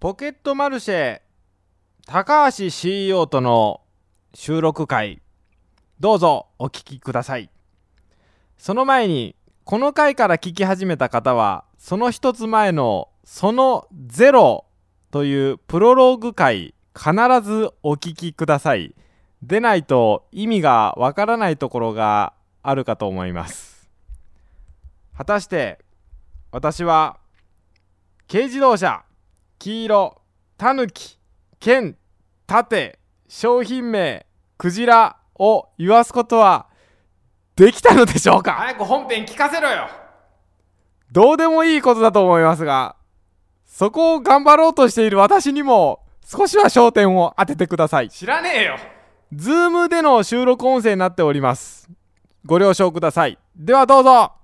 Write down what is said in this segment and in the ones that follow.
ポケットマルシェ高橋 CEO との収録会、どうぞお聞きください。その前に、この回から聞き始めた方はその一つ前のその0というプロローグ回必ずお聞きください。でないと意味がわからないところがあるかと思います。果たして私は軽自動車、黄色、タヌキ、剣、盾、商品名、クジラを言わすことはできたのでしょうか。早く本編聞かせろよ。どうでもいいことだと思いますが、そこを頑張ろうとしている私にも少しは焦点を当ててください。知らねえよ。ズームでの収録音声になっております。ご了承ください。ではどうぞ。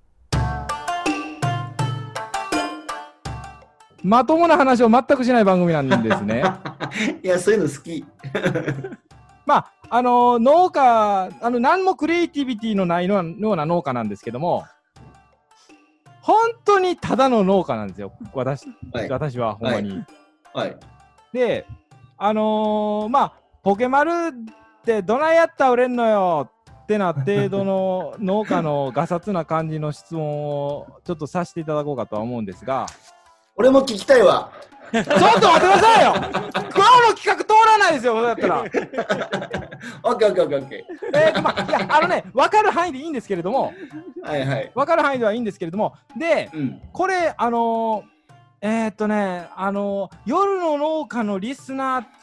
まともな話を全くしない番組なんですね。 いや、そういうの好き。 まあ、農家、何もクリエイティビティのないような農家なんですけども、本当にただの農家なんですよ。私はほんまに。 はい。 で、まあ、ポケマルってどないやったら売れんのよってな程度の農家のガサツな感じの質問をちょっとさせていただこうかとは思うんですが。 俺も聞きたいわ。 ちょっと待ってくださいよ。今日の企画通らないですよ、そうやったら。 オッケーオッケーオッケーオッケー。 まあ、いや、分かる範囲でいいんですけれども、 はいはい。 分かる範囲ではいいんですけれども、で、これ、夜の農家のリスナーって、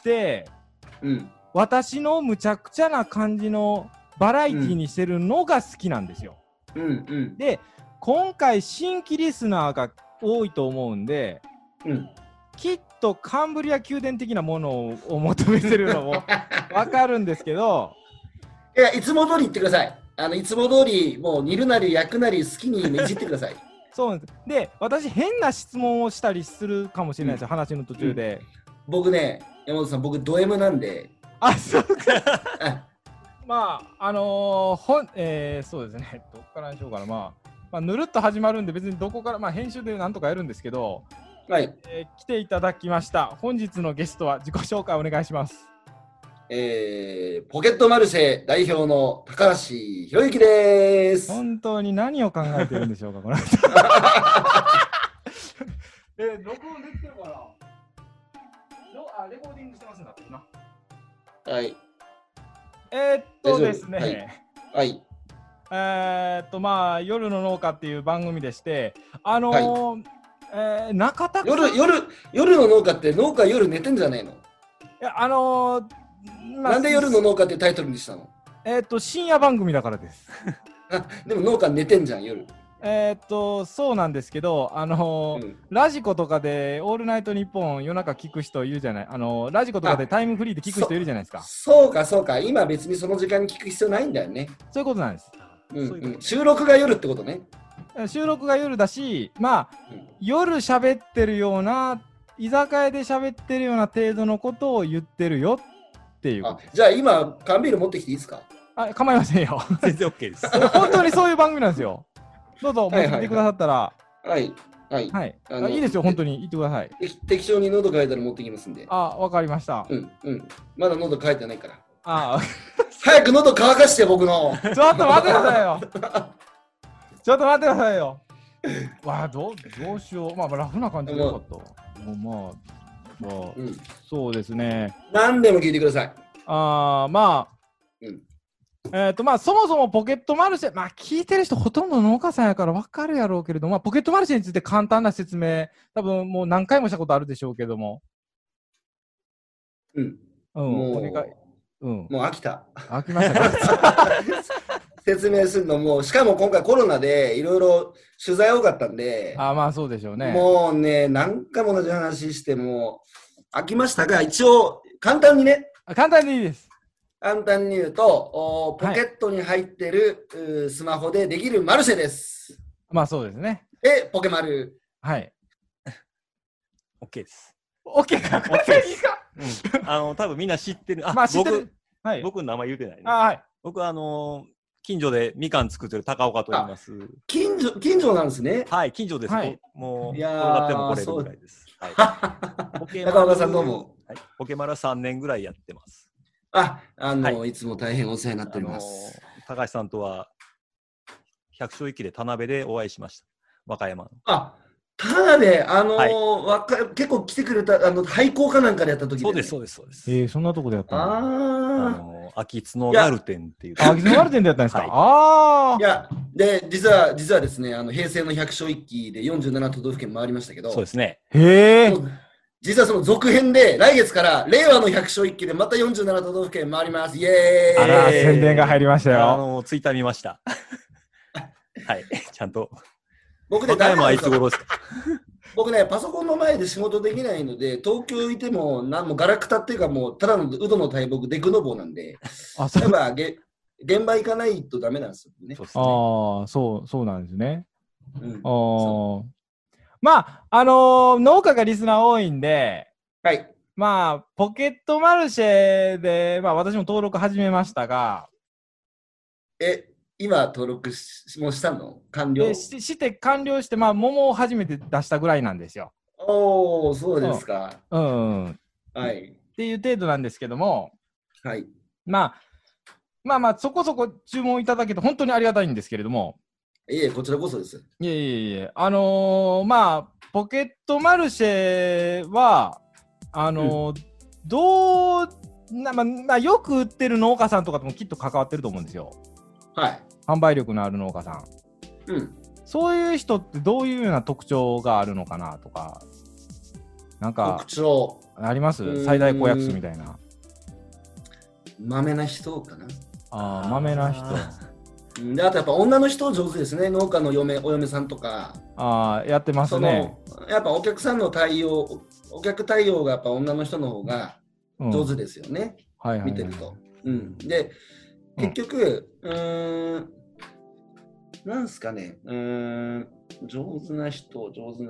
私のむちゃくちゃな感じのバラエティにしてるのが好きなんですよ。で、今回新規リスナーが多いと思うんで、きっとカンブリア宮殿的なものを求めてるのも分かるんですけど、 いや、いつも通り言ってください。いつも通りもう煮るなり焼くなり好きにいじってください。 そうなんです。で、私変な質問をしたりするかもしれないですよ、話の途中で。 僕ね、山本さん、僕ド M なんで。 あ、そうか。まあそうですね。どっからにしようかな。まあ、ぬるっと始まるんで別にどこから、編集でなんとかやるんですけど、 はい。 来ていただきました。本日のゲストは自己紹介お願いします。 ポケットマルシェ代表の高橋博之です。 本当に何を考えてるんでしょうか、この人。録音できてるかな。レコーディングしてますんだってな。 はい。 ですね。 はい。 まあ、夜の農家っていう番組でして、中田夜の農家って農家夜寝てんじゃねえの？いや、 なんで夜の農家ってタイトルにしたの？ 深夜番組だからです。 でも農家寝てんじゃん、夜。 そうなんですけど、ラジコとかでオールナイトニッポン夜中聞く人いるじゃない。ラジコとかでタイムフリーで聞く人いるじゃないですか。 そうか。今別にその時間に聞く必要ないんだよね。 そういうことなんです。 収録が夜ってことね。 収録が夜だし、夜喋ってるような、居酒屋で喋ってるような程度のことを言ってるよっていうこと。 じゃあ今、缶ビール持ってきていいですか？ 構いませんよ。 全然 OK です。 本当にそういう番組なんですよ。どうぞ持ってきてくださったら。 はい。 いいですよ、本当に言ってください。 適当に喉乾いたら持ってきますんで。 わかりました。 まだ喉乾いてないから。 早く喉乾かして僕の。 ちょっと待ってくださいよ。ちょっと待ってくださいよ。どうしよう。ラフな感じでよかった。そうですね。 何でも聞いてください。 そもそもポケットマルシェ、聞いてる人ほとんど農家さんやから分かるやろうけれども、ポケットマルシェについて簡単な説明、多分もう何回もしたことあるでしょうけども。 もう飽きた。 飽きましたか？ 説明するのも、しかも今回コロナでいろいろ取材多かったんで、 そうでしょうね。 もうね、何回も同じ話しても飽きましたが、一応簡単にね。 簡単にいいです。 簡単に言うと、ポケットに入ってる、スマホでできるマルシェです。 そうですね。 で、ポケマル。 はい。 OK です。 OK か。OK ですか。 多分みんな知ってる。 知ってる。 僕の名前言うてないね。僕近所でみかん作ってる高岡と言います。 近所なんですね。 はい、近所です。もう、 いや転がっても来れるぐらいです。 中岡さんどうも。 はい、ポケマル3年ぐらいやってます。 いつも大変お世話になっております。 高橋さんとは百姓一揆で田辺でお会いしました。和歌山の。 田辺、結構来てくれた、廃校かなんかでやった時で、ね。 そうです。 そんなとこでやったの？秋津のガルテンっていう。 秋津のガルテンでやったんですか？ いや、で、実はですね、平成の百姓一揆で47都道府県回りましたけど、 そうですね。 実はその続編で、来月から令和の百姓一揆でまた47都道府県回ります。イエーイ。 宣伝が入りましたよ。 ツイッター見ました。はい、ちゃんと。 僕ね、 いつ頃ですか？ 僕ね、パソコンの前で仕事できないので、東京いても、ガラクタっていうか、もう、ただのウドの大木、デクノボーなんで、やっぱ、現場行かないとダメなんですよね。 そうなんですね。まあ、農家がリスナー多いんで、 はい。 まあ、ポケットマルシェで、まあ、私も登録始めましたが、 今登録もうしたの？完了して完了して、まあ、桃を初めて出したぐらいなんですよ。 おー、そうですか。 はい。っていう程度なんですけども、 はい。 まあ、そこそこ注文いただけて本当にありがたいんですけれども。 こちらこそです。 まあ、ポケットマルシェは、よく売ってる農家さんとかともきっと関わってると思うんですよ。 はい。 販売力のある農家さん。そういう人ってどういうような特徴があるのかなとか、なんか、 特徴あります？最大公約数みたいな。 まめな人かな。 まめな人。 で、あとやっぱ女の人上手ですね。農家のお嫁さんとか。 やってますね。 やっぱお客さんのお客対応がやっぱ女の人の方が上手ですよね。見てると。で、結局、なんすかね、上手な人。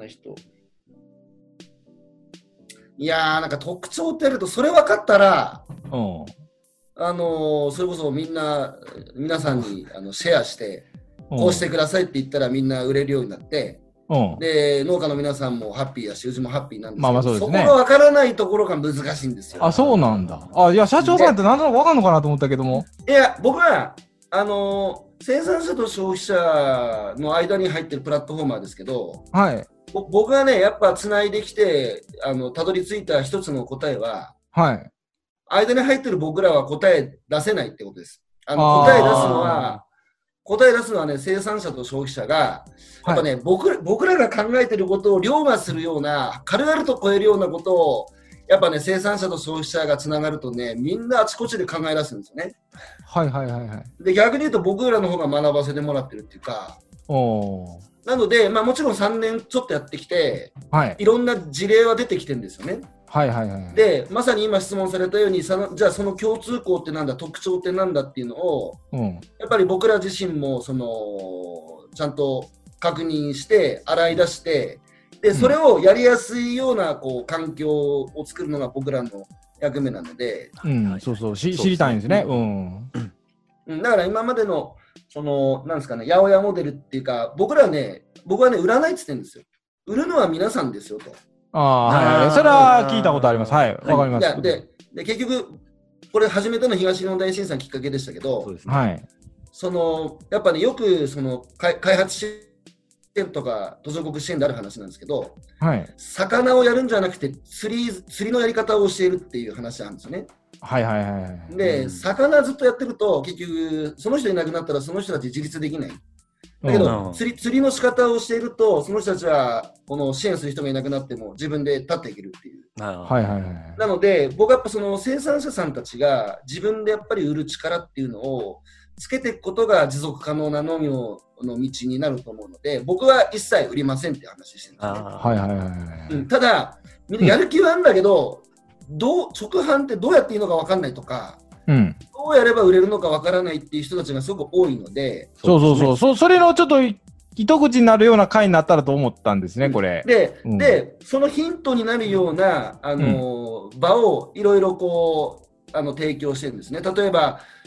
いやー、なんか特徴ってやると、それ分かったら、それこそ皆さんにシェアして、こうしてくださいって言ったらみんな売れるようになって、で、農家の皆さんもハッピーだし、うちもハッピーなんですけど、そこが分からないところが難しいんですよ。 そうなんだ。いや、社長さんって何となく分かんのかなと思ったけども。 いや、僕は、生産者と消費者の間に入ってるプラットフォーマーですけど、僕がね、やっぱつないできて、たどり着いた一つの答えは、間に入ってる僕らは答え出せないってことです。答え出すのはね、生産者と消費者が、やっぱね、僕らが考えてることを凌駕するような、軽々と超えるようなことを、やっぱね、生産者と消費者がつながるとね、みんなあちこちで考え出すんですよね。で、逆に言うと僕らの方が学ばせてもらってるっていうか、なので、もちろん3年ちょっとやってきて、いろんな事例は出てきてるんですよね。で、まさに今質問されたように、じゃあその共通項ってなんだ、特徴ってなんだっていうのを、やっぱり僕ら自身もちゃんと確認して、洗い出して、で、それをやりやすいような環境を作るのが僕らの役目なので、 知りたいんですね。 だから今までのなんですかね、八百屋モデルっていうか、僕はね、売らないって言ってるんですよ。売るのは皆さんですよと。 それは聞いたことあります。わかります。 で、結局、これ初めての東日本大震災きっかけでしたけど、やっぱね、よく開発支援とか途上国支援である話なんですけど、魚をやるんじゃなくて釣りのやり方を教えるっていう話なんですよね。で、魚ずっとやってると結局その人いなくなったらその人たち自立できない。だけど、釣りの仕方を教えるとその人たちはこの支援する人がいなくなっても自分で立っていけるっていう。なので僕はやっぱ生産者さんたちが自分でやっぱり売る力っていうのをつけていくことが持続可能な農業の道になると思うので、僕は一切売りませんって話してるんですね。ただみんなやる気はあるんだけど、直販ってどうやっていいのか分かんないとか、どうやれば売れるのか分からないっていう人たちがすごく多いので、 それのちょっと糸口になるような回になったらと思ったんですね、これ。 で、そのヒントになるような場をいろいろ提供してるんですね。例えば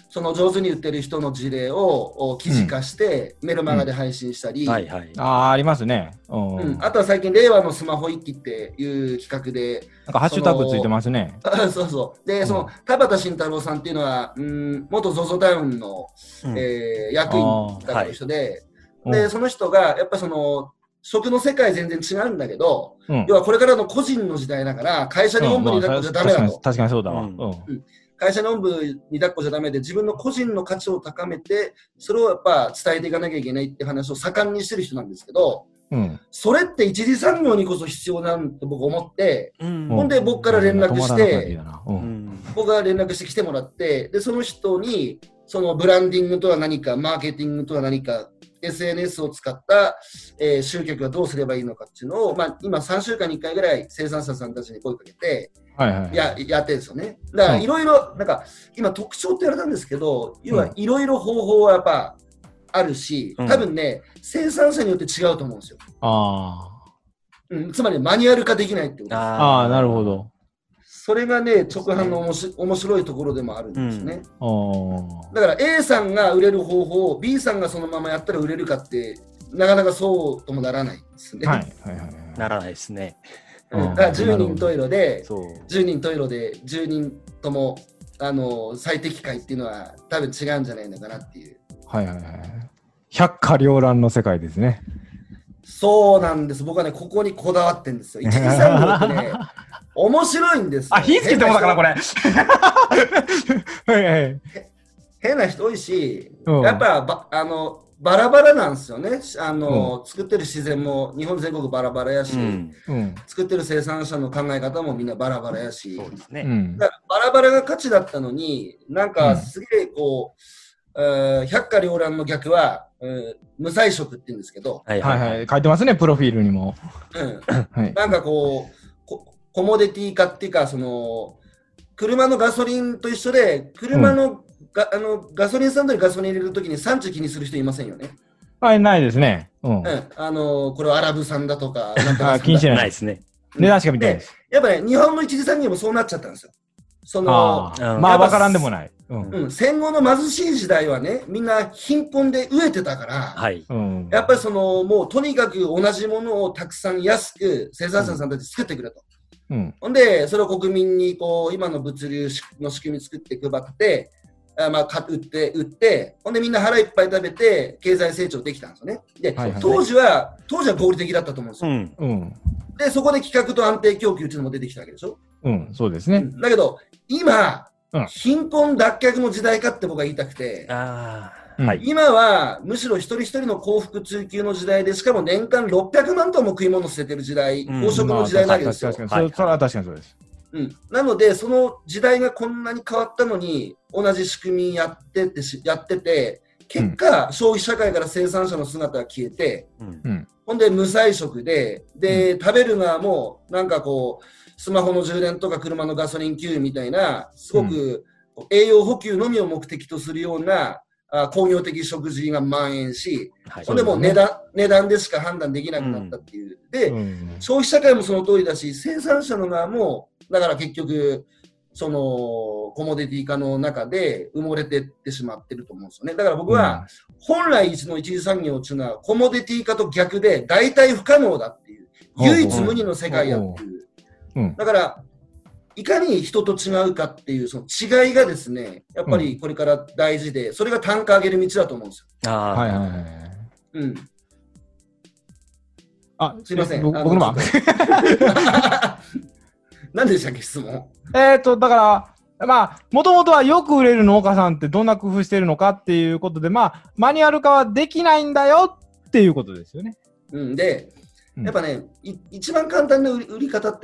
その上手に売ってる人の事例を記事化してメルマガで配信したり、 ありますね。 あとは最近令和のスマホ一揆っていう企画でなんかハッシュタグついてますね。 そうそう。で、その田畑慎太郎さんっていうのは元 ZOZO タウンの、役員だった人で、でその人がやっぱその食の世界全然違うんだけど、要はこれからの個人の時代だから会社におんぶに抱っこじゃダメだと。 確かにそうだわ。 会社のおんぶに抱っこじゃダメで自分の個人の価値を高めてそれをやっぱ伝えていかなきゃいけないって話を盛んにしてる人なんですけど、それって一次産業にこそ必要なんて僕思って、ほんで僕から連絡して、僕が連絡して来てもらって、でその人にそのブランディングとは何か、マーケティングとは何か、SNS を使った、集客はどうすればいいのかっていうのを、今3週間に1回ぐらい生産者さんたちに声かけて、やってるんですよね。だからいろいろ、なんか今特徴って言われたんですけど、要はいろいろ方法はやっぱあるし、多分ね、生産者によって違うと思うんですよ。つまりマニュアル化できないってことです。 なるほど。 それがね、直販の面白いところでもあるんですね。だから A さんが売れる方法を B さんがそのままやったら売れるかって、なかなかそうともならないですね。 ならないですね。 だから10人十色で、10人十色で10人とも最適解っていうのは多分違うんじゃないのかなっていう。 百花繚乱の世界ですね。 そうなんです。僕はね、ここにこだわってるんですよ。一次産業ってね、面白いんですよ。 火つけてもだからこれ。 変な人多いし、やっぱバラバラなんですよね。作ってる自然も日本全国バラバラやし、作ってる生産者の考え方もみんなバラバラやし、だからバラバラが価値だったのに、なんかすげえこう、百花繚乱の逆は、無彩色って言うんですけど、 書いてますね、プロフィールにも。 なんかこう、コモディティ化っていうか、その車のガソリンと一緒で、車のガソリンスタンドにガソリン入れるときに産地気にする人いませんよね。 ないですね。これはアラブ産だとか、 気にしてないですね。値段しか見てないです。 やっぱね、日本の一次産業もそうなっちゃったんですよ。 わからんでもない。 戦後の貧しい時代はね、みんな貧困で飢えてたから、やっぱりもうとにかく同じものをたくさん安く生産者さんたち作ってくれと。ほんで、それを国民にこう今の物流の仕組み作って配って、売って、ほんでみんな腹いっぱい食べて経済成長できたんですよね。で、当時は合理的だったと思うんですよ。で、そこで規格と安定供給っていうのも出てきたわけでしょ。 そうですね。 だけど、今、貧困脱却の時代かって僕は言いたくて、今はむしろ一人一人の幸福追求の時代で、しかも年間600万トンも食い物捨ててる時代、飽食の時代なわけですよ。 それは確かにそうです。 なので、その時代がこんなに変わったのに、同じ仕組みやってて、結果、消費社会から生産者の姿が消えて、ほんで無彩色で、食べる側もなんかこう、スマホの充電とか車のガソリン給油みたいな、すごく栄養補給のみを目的とするような工業的食事が蔓延し、それでも値段でしか判断できなくなったっていう。で、消費社会もその通りだし、生産者の側も、だから結局、そのコモディティ化の中で埋もれていってしまってると思うんですよね。だから僕は、本来の一次産業っていうのは、コモディティ化と逆で大体不可能だっていう、唯一無二の世界やっていう。だから、いかに人と違うかっていうその違いがですね、やっぱりこれから大事で、それが単価上げる道だと思うんですよ。すいません。僕の番。何でしたっけ、質問。 だから、もともとはよく売れる農家さんってどんな工夫してるのかっていうことで、マニュアル化はできないんだよっていうことですよね。 で、やっぱね、一番簡単な売り方って、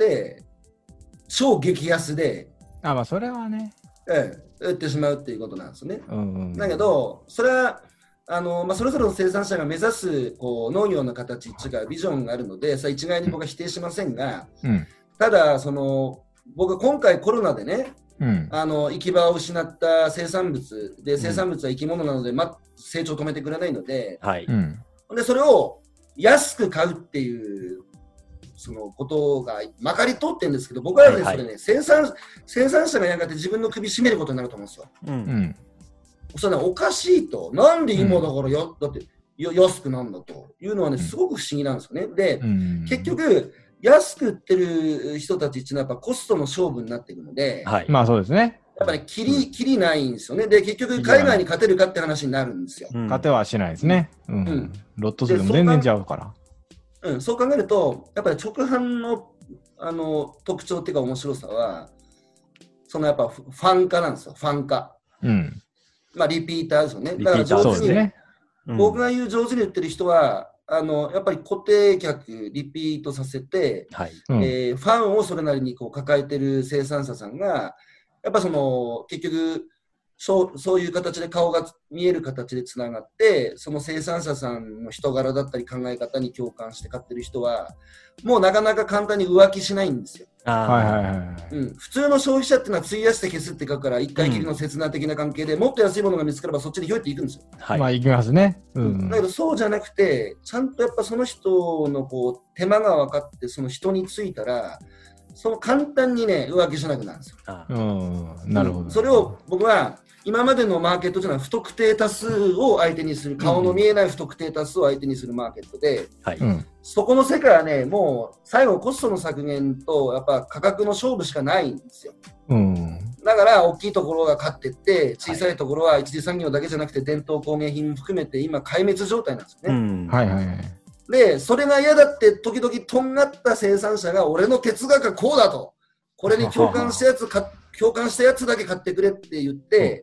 超激安で、 それはね、 売ってしまうっていうことなんですね。だけど、それはそれぞれの生産者が目指すこう農業の形っていうかビジョンがあるので、それ一概に僕は否定しませんが、ただ僕は今回コロナでね、行き場を失った生産物で、生産物は生き物なので、成長を止めてくれないので、でそれを安く買うっていうそのことがまかり通ってるんですけど、僕はね、それね、生産者がやがて自分の首絞めることになると思うんですよ。 それね、おかしいと。なんで今だからだって安くなんだというのはね、すごく不思議なんですよね。で、結局、安く売ってる人たちっていうのはやっぱコストの勝負になっているので、 はい、まあそうですね。 やっぱね、きりないんですよね。で、結局、海外に勝てるかって話になるんですよ。 勝てはしないですね。ロット数でも全然違うから。 そう考えると、やっぱり直販の、特徴っていうか面白さは、やっぱファン化なんですよ、ファン化。まあ、リピーターですよね。だから上手に、僕が言う上手に売ってる人は、やっぱり固定客、リピートさせて、ファンをそれなりにこう抱えてる生産者さんが、やっぱ結局そういう形で顔が見える形でつながって、その生産者さんの人柄だったり考え方に共感して買ってる人は、もうなかなか簡単に浮気しないんですよ。普通の消費者っていうのは費やして消すって書くから、一回きりの切断的な関係で、もっと安いものが見つかればそっちにひょいっていくんですよ。 まあ行きますね。 だけどそうじゃなくて、ちゃんとやっぱその人のこう手間が分かって、その人についたら、簡単にね、浮気しなくなるんですよ。 なるほど。 それを僕は、今までのマーケットというのは不特定多数を相手にする、顔の見えない不特定多数を相手にするマーケットで、そこの世界はね、もう最後コストの削減とやっぱ価格の勝負しかないんですよ。だから大きいところが勝っていって、小さいところは一次産業だけじゃなくて伝統工芸品も含めて今壊滅状態なんですよね。で、それが嫌だって時々とんがった生産者が俺の哲学はこうだと、これに共感したやつだけ買ってくれって言って、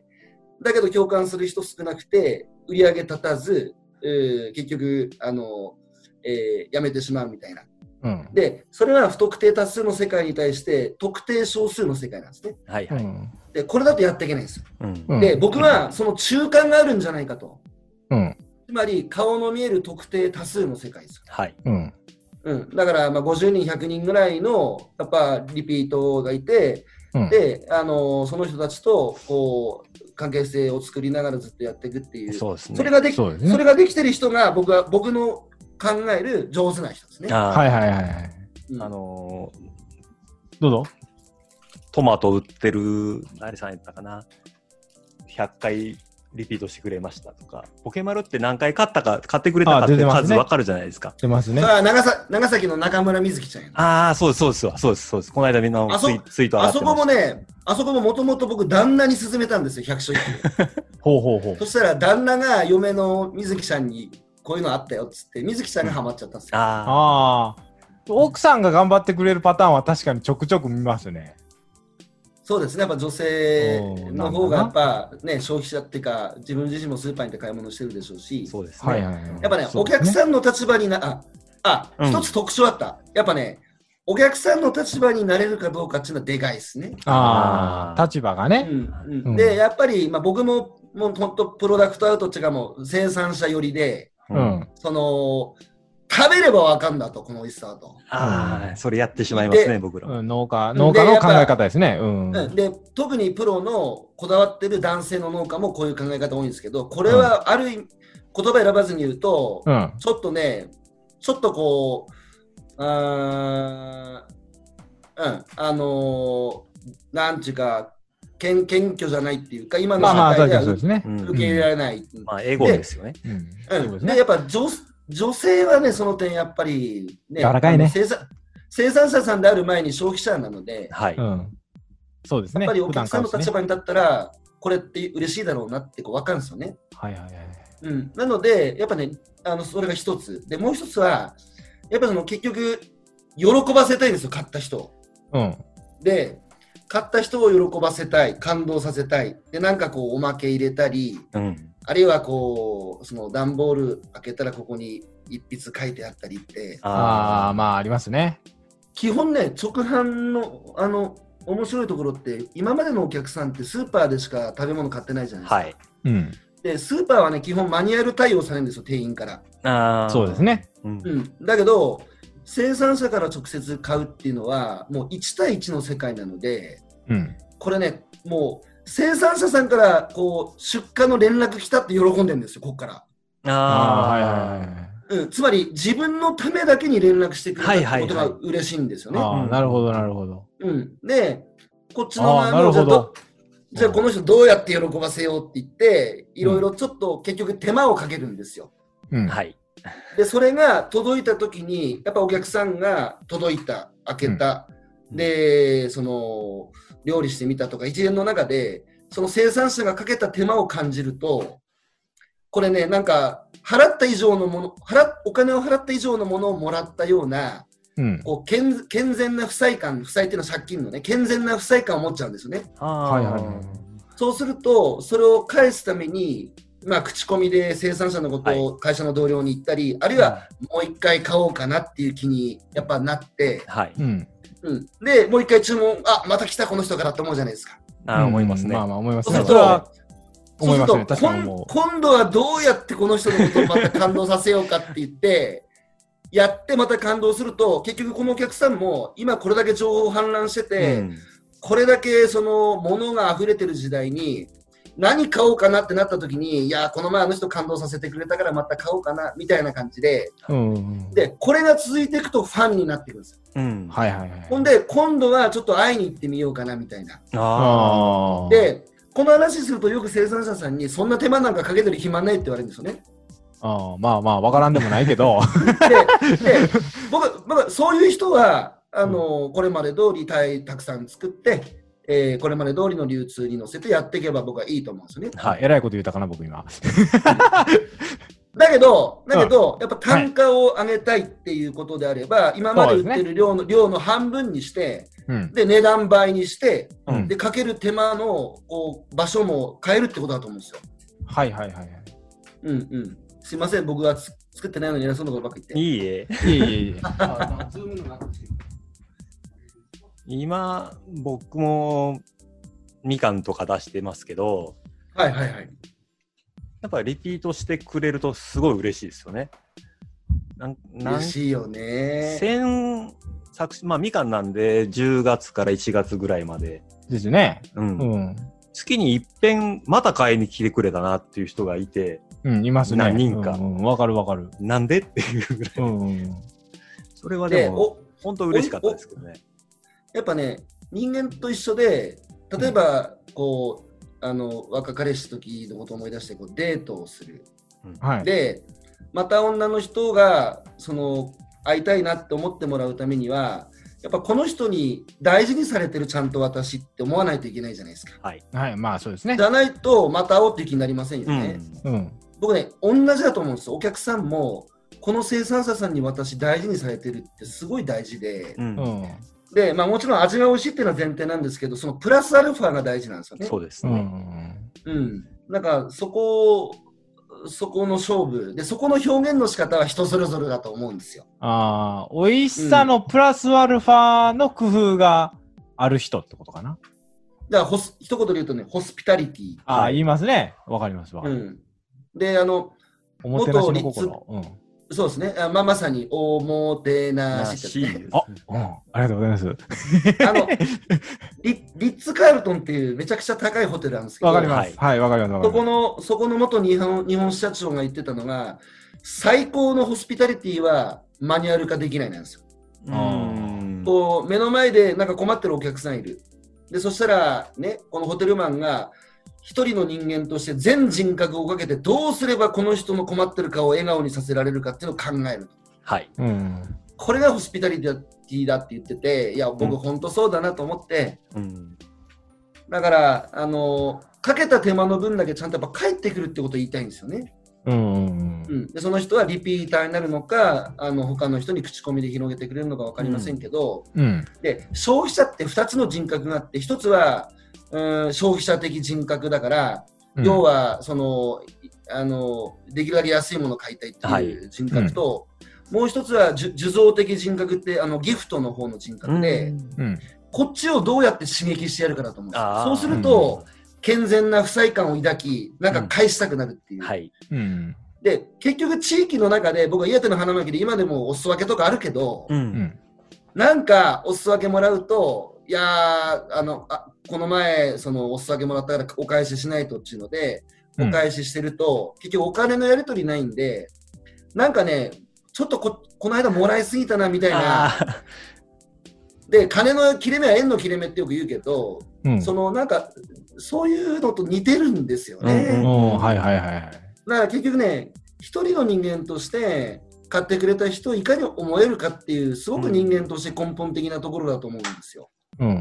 だけど共感する人少なくて売り上げ立たず、結局やめてしまうみたいな。で、それは不特定多数の世界に対して特定少数の世界なんですね。で、これだとやっていけないんですよ。で、僕はその中間があるんじゃないかと。つまり顔の見える特定多数の世界ですよ。だからまあ50人100人ぐらいのやっぱリピートがいて、でその人たちとこう関係性を作りながらずっとやっていくっていう、それができてる人が僕の考える上手な人ですね。 どうぞ。 トマト売ってる誰さんやったかな、100回リピートしてくれましたとか、ポケマルって何回買ってくれたかって数分かるじゃないですか。 出ますね。 長崎の中村瑞希ちゃんや。 そうです。この間みんなツイート上がってました。 あそこももともと僕旦那に勧めたんですよ、百姓一句。そしたら旦那が嫁の瑞希ちゃんにこういうのあったよっつって、瑞希ちゃんがハマっちゃったんですよ。 奥さんが頑張ってくれるパターンは確かにちょくちょく見ますね。 そうですね、やっぱ女性の方がやっぱね、消費者っていうか自分自身もスーパーに行って買い物してるでしょうし、 そうですね。 やっぱね、お客さんの立場に一つ特徴あった。やっぱね、お客さんの立場になれるかどうかっていうのはでかいですね。 立場がね。 で、やっぱり僕も本当プロダクトアウトっていうかもう生産者寄りで、食べればわかんだと、この美味しさと。 それやってしまいますね、僕ら。 農家の考え方ですね。 で、特にプロのこだわってる男性の農家もこういう考え方多いんですけど、これはある意味、言葉選ばずに言うと、ちょっとね、ちょっとこう、なんていうか、謙虚じゃないっていうか、今の社会では受け入れられない。 エゴですよね。 で、やっぱ女性はね、その点やっぱり、ね、 柔らかいね。 生産者さんである前に消費者なので、 そうですね。 やっぱりお客さんの立場に立ったら、これって嬉しいだろうなって分かるんですよね。なので、やっぱね、それが一つ。で、もう一つは、やっぱ結局、喜ばせたいんですよ、買った人。で、買った人を喜ばせたい、感動させたい。で、なんかこう、おまけ入れたり、あるいはこう、その段ボール開けたらここに一筆書いてあったりって。 ありますね。 基本ね、直販の、面白いところって、今までのお客さんってスーパーでしか食べ物買ってないじゃないですか。で、スーパーはね、基本マニュアル対応されるんですよ、店員から。 そうですね。 だけど、生産者から直接買うっていうのは、もう1対1の世界なので、これね、もう、生産者さんからこう出荷の連絡来たって喜んでるんですよ、ここから。つまり自分のためだけに連絡してくれたってことが嬉しいんですよね。 なるほど、なるほど。 で、こっちの側のじゃあこの人どうやって喜ばせようって言って、いろいろちょっと結局手間をかけるんですよ。 はい。 で、それが届いた時に、やっぱお客さんが届いた、開けた、で、その、料理してみたとか、一連の中で、その生産者がかけた手間を感じると、これね、なんか、払った以上のもの、お金を払った以上のものをもらったような、こう健全な負債感、負債っていうのは借金のね、健全な負債感を持っちゃうんですよね。そうすると、それを返すために、まあ、口コミで生産者のことを会社の同僚に言ったり、あるいはもう一回買おうかなっていう気にやっぱなって、で、もう一回注文、また来たこの人からって思うじゃないですか。 思いますね。 まあまあ思いますね。 そうすると、今度はどうやってこの人のことをまた感動させようかって言って、やってまた感動すると、結局このお客さんも今これだけ情報氾濫してて、これだけその物が溢れてる時代に、何買おうかなってなった時に、いや、この前あの人感動させてくれたからまた買おうかな、みたいな感じで、で、これが続いていくとファンになっていくんですよ。ほんで、今度はちょっと会いに行ってみようかな、みたいな。で、この話するとよく生産者さんに、そんな手間なんかかけてる暇ないって言われるんですよね。 まあまあ、わからんでもないけど。 で、僕、そういう人は、これまで通りたくさん作って、これまで通りの流通に乗せてやっていけば僕はいいと思うんですよね。 えらいこと言ったかな、僕今。 だけど、やっぱ単価を上げたいっていうことであれば、今まで売ってる量の半分にして、で、値段倍にして、で、かける手間の場所も変えるってことだと思うんですよ。すいません、僕は作ってないのに偉そうなことばっかり言って。 いいえ。今、僕もみかんとか出してますけど、 やっぱりリピートしてくれるとすごい嬉しいですよね。 嬉しいよね。 まあみかんなんで10月から1月ぐらいまで。 ですね。 月に一遍また買いに来てくれたなっていう人がいて、 いますね。 何人か。 わかるわかる。 なんでっていうぐらい。それはでも、本当嬉しかったですけどね。 やっぱね、人間と一緒で、例えば、こう、若かりし時のことを思い出して、デートをする。で、また女の人が、会いたいなって思ってもらうためには、やっぱこの人に大事にされてるちゃんと私って思わないといけないじゃないですか。 まあそうですね。 じゃないと、また会おうっていう気になりませんよね。僕ね、同じだと思うんですよ。お客さんも、この生産者さんに私大事にされてるってすごい大事で、で、まあもちろん味が美味しいっていうのは前提なんですけど、そのプラスアルファが大事なんですよね。 そうですね。 なんかそこの勝負で、そこの表現の仕方は人それぞれだと思うんですよ。 美味しさのプラスアルファの工夫がある人ってことかな。 だから一言で言うとね、ホスピタリティ。 言いますね。わかります。 で、 おもてなしの心。 そうですね。まさに、おもてなし。 ありがとうございます。 リッツ・カールトンっていうめちゃくちゃ高いホテルなんですけど、 わかります。わかります。 そこの元日本支社長が言ってたのが、最高のホスピタリティはマニュアル化できないなんですよ。こう目の前でなんか困ってるお客さんいる。で、そしたら、ね、このホテルマンが、一人の人間として全人格をかけてどうすればこの人の困ってる顔を笑顔にさせられるかっていうのを考える。これがホスピタリティだって言ってて、いや、僕本当そうだなと思って、だから、かけた手間の分だけちゃんとやっぱ返ってくるってことを言いたいんですよね。でその人はリピーターになるのか、他の人に口コミで広げてくれるのか分かりませんけど、で消費者って2つの人格があって、1つは消費者的人格だから、要はできるだけ安いものを買いたいっていう人格と、もう1つは受像的人格ってギフトの方の人格で、こっちをどうやって刺激してやるかだと思うんですよ。そうすると、健全な不快感を抱き、なんか返したくなるっていう。で、結局地域の中で、僕は岩手の花巻で今でもお裾分けとかあるけど、なんかお裾分けもらうと、いやこの前お裾分けもらったからお返ししないとっていうので、お返ししてると、結局お金のやり取りないんで、なんかね、ちょっとこの間もらいすぎたなみたいな、 で金の切れ目は縁の切れ目ってよく言うけど、そのなんかそういうのと似てるんですよね。 はいはいはい。 だから結局ね、一人の人間として買ってくれた人をいかに思えるかっていう、すごく人間として根本的なところだと思うんですよ。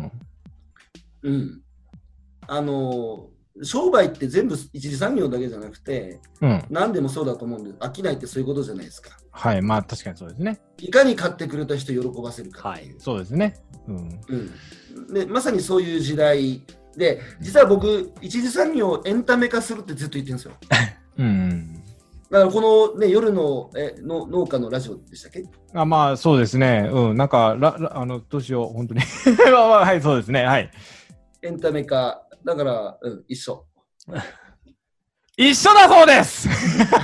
商売って全部一次産業だけじゃなくて、何でもそうだと思うんです。商いってそういうことじゃないですか。 はい、まあ確かにそうですね。 いかに買ってくれた人を喜ばせるかっていう。 そうですね。 でまさにそういう時代で、実は僕、一次産業をエンタメ化するってずっと言ってるんですよ。だからこの、ね、夜の農家のラジオでしたっけ？ まあそうですね。なんかどうしよう、本当に。はい、そうですね。はい。 エンタメ化。だから、一緒。 一緒だそうです。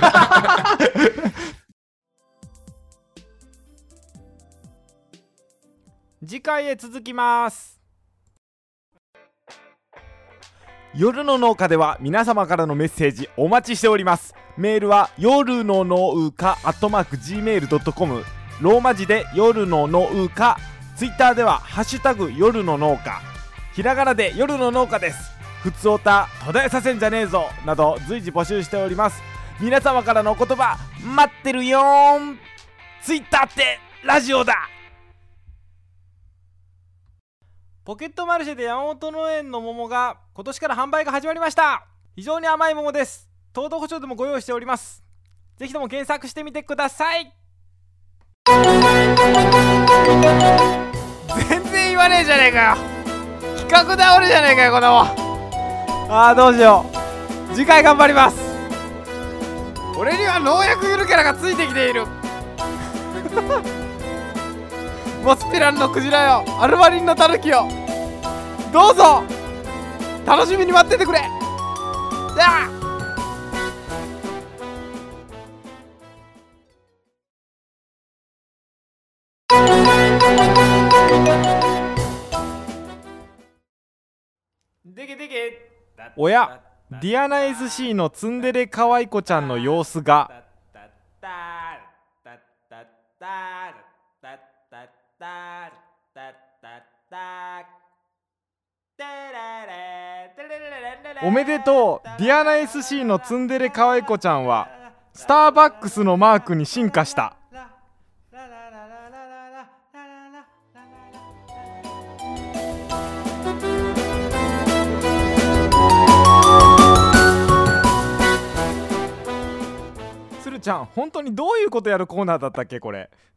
次回へ続きます。夜の農家では皆様からのメッセージお待ちしております。メールは夜の農家@gmail.com、 ローマ字で夜の農家。ツイッターではハッシュタグ夜の農家、ひらがなで夜の農家です。ふつおた途絶えさせんじゃねえぞなど随時募集しております。皆様からのお言葉待ってるよーん。ツイッターってラジオだ。ポケットマルシェで山本農園の桃が今年から販売が始まりました。非常に甘い桃です。糖度保証でもご用意しております。ぜひとも検索してみてください。全然言わねえじゃねえかよ。企画倒れじゃねえかよこの。どうしよう。次回頑張ります。俺には農薬ゆるキャラがついてきている。モスピランのクジラよ、アルマリンのタヌキよ、どうぞ楽しみに待っててくれ。おや、ディアナ SC のツンデレ可愛い子ちゃんの様子がおめでとう。ディアナ SC のツンデレ可愛い子ちゃんはスターバックスのマークに進化した。ちゃん、本当にどういうことやるコーナーだったっけこれ。